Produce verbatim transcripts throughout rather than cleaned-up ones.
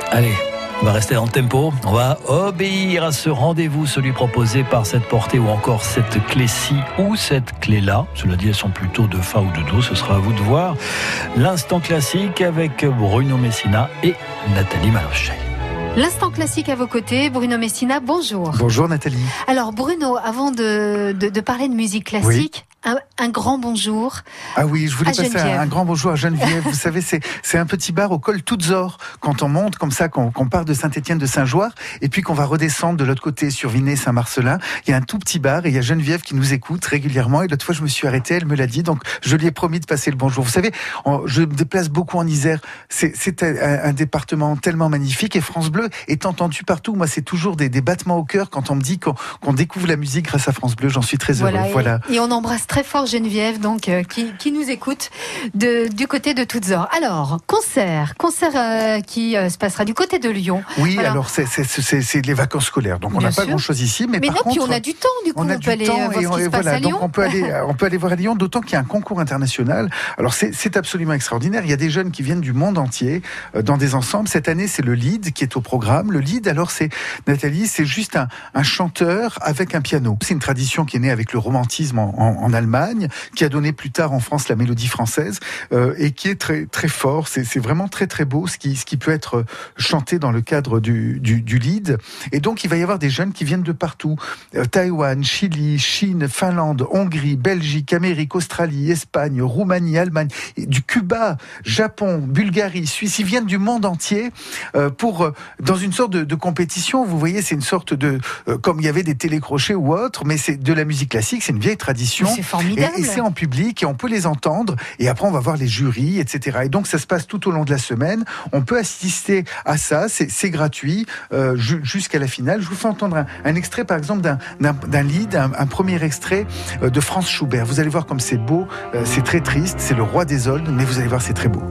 Allez, on va rester dans le tempo. On va obéir à ce rendez-vous, celui proposé par cette portée ou encore cette clé-ci ou cette clé-là. Cela dit, elles sont plutôt de fa ou de do. Ce sera à vous de voir. L'instant classique avec Bruno Messina et Nathalie Malochet. L'instant classique à vos côtés, Bruno Messina, bonjour. Bonjour Nathalie. Alors Bruno, avant de, de, de parler de musique classique, oui. un, un grand bonjour. Ah oui, je voulais à passer Geneviève. un, un grand bonjour à Geneviève. Vous savez, c'est, c'est un petit bar au col Toutzor. Quand on monte comme ça, qu'on, qu'on part de Saint-Étienne de Saint-Joire, et puis qu'on va redescendre de l'autre côté sur Vinay-Saint-Marcelin, il y a un tout petit bar et il y a Geneviève qui nous écoute régulièrement. Et l'autre fois, je me suis arrêté, elle me l'a dit, donc je lui ai promis de passer le bonjour. Vous savez, on, je me déplace beaucoup en Isère. C'est, c'est un, un département tellement magnifique et France Bleu est entendu partout. Moi, c'est toujours des, des battements au cœur quand on me dit qu'on, qu'on découvre la musique grâce à France Bleu. J'en suis très heureux. Voilà, et, voilà. Et on embrasse très fort Geneviève, donc euh, qui, qui nous écoute de, du côté de Toutzor. Alors, concert, concert euh, qui euh, se passera du côté de Lyon. Oui, voilà. alors c'est, c'est, c'est, c'est les vacances scolaires, donc on Bien n'a pas sûr. grand-chose ici, mais, Mais par non, contre, puis on a du temps, du coup, on, a on du peut aller temps voir et ce on, qui se passe voilà, à Lyon. donc on peut aller, on peut aller voir à Lyon, d'autant qu'il y a un concours international. Alors c'est, c'est absolument extraordinaire. Il y a des jeunes qui viennent du monde entier euh, dans des ensembles. Cette année, c'est le lead qui est au programme. Le lead, alors c'est Nathalie, c'est juste un, un chanteur avec un piano. C'est une tradition qui est née avec le romantisme en, en, en Allemagne, qui a donné plus tard en France la mélodie française euh, et qui est très très fort. C'est, c'est vraiment très très beau ce qui ce qui peut être chanté dans le cadre du, du, du lead. Et donc il va y avoir des jeunes qui viennent de partout. Euh, Taïwan, Chili, Chine, Finlande, Hongrie, Belgique, Amérique, Australie, Espagne, Roumanie, Allemagne, du Cuba, Japon, Bulgarie, Suisse. Ils viennent du monde entier euh, pour euh, dans une sorte de, de compétition. Vous voyez, c'est une sorte de euh, comme il y avait des télécrochets ou autre, mais c'est de la musique classique. C'est une vieille tradition. Mais c'est formidable. Et, et c'est en public et on peut les entendre. Et après, on va voir les jurys, et cetera. Et donc, ça se passe tout au long de la semaine. On peut assister à ça. C'est, c'est gratuit euh, ju- jusqu'à la finale. Je vous fais entendre un, un extrait, par exemple, d'un, d'un, d'un lead, un, un premier extrait euh, de Franz Schubert. Vous allez voir comme c'est beau. Euh, c'est très triste. C'est le roi des Oldes, mais vous allez voir, c'est très beau.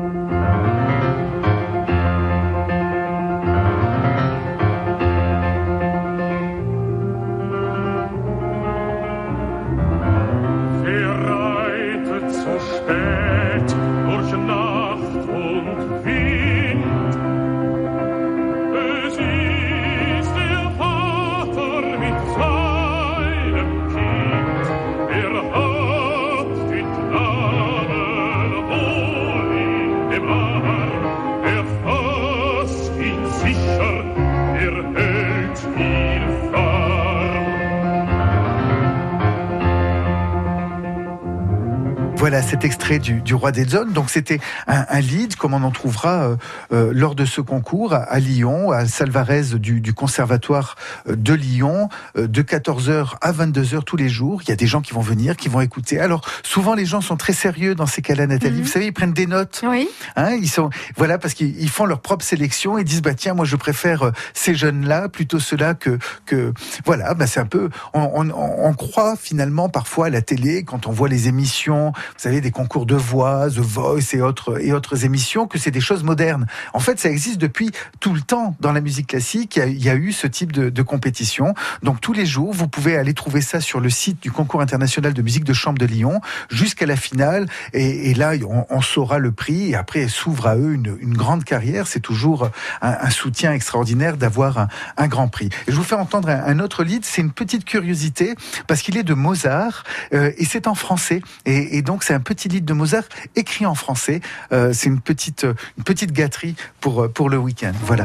Voilà cet extrait du, du Roi des Oldes. Donc c'était un, un lead, comme on en trouvera euh, euh, lors de ce concours à, à Lyon, à Salvarez du, du Conservatoire de Lyon, euh, de quatorze heures à vingt-deux heures tous les jours. Il y a des gens qui vont venir, qui vont écouter. Alors souvent les gens sont très sérieux dans ces cas-là, Nathalie. Mm-hmm. Vous savez, ils prennent des notes. Oui. Hein, ils sont voilà parce qu'ils ils font leur propre sélection et disent bah tiens moi je préfère ces jeunes-là plutôt ceux-là que que voilà bah c'est un peu on, on, on croit finalement parfois à la télé quand on voit les émissions. Vous savez, des concours de voix, The Voice et autres, et autres émissions, que c'est des choses modernes. En fait, ça existe depuis tout le temps dans la musique classique. Il y a, il y a eu ce type de, de compétition. Donc, tous les jours, vous pouvez aller trouver ça sur le site du concours international de musique de chambre de Lyon jusqu'à la finale. Et, et là, on, on saura le prix. Et après, s'ouvre à eux une, une grande carrière. C'est toujours un, un soutien extraordinaire d'avoir un, un grand prix. Et je vous fais entendre un, un autre lead. C'est une petite curiosité parce qu'il est de Mozart euh, et c'est en français. Et, et donc, c'est un petit lead de Mozart écrit en français. Euh, c'est une petite, une petite gâterie pour, pour le week-end. Voilà.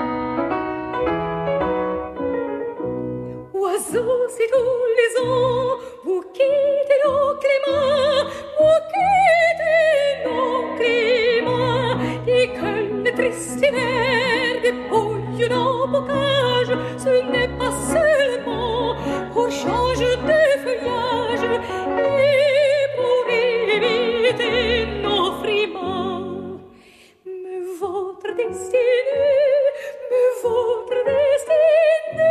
Oiseaux, c'est tous les ans, vous quittez nos climats, vous quittez nos climats, et que le triste hiver dépouille nos bocages, ce n'est pas seulement au change de feuillage, et pour éviter nos frimas. Mais votre destinée, mais votre destinée,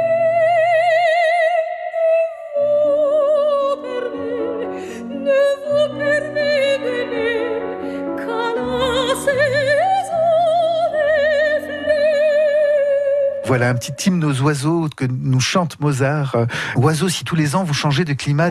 Voilà un petit hymne aux oiseaux que nous chante Mozart. Oiseaux, si tous les ans vous changez de climat,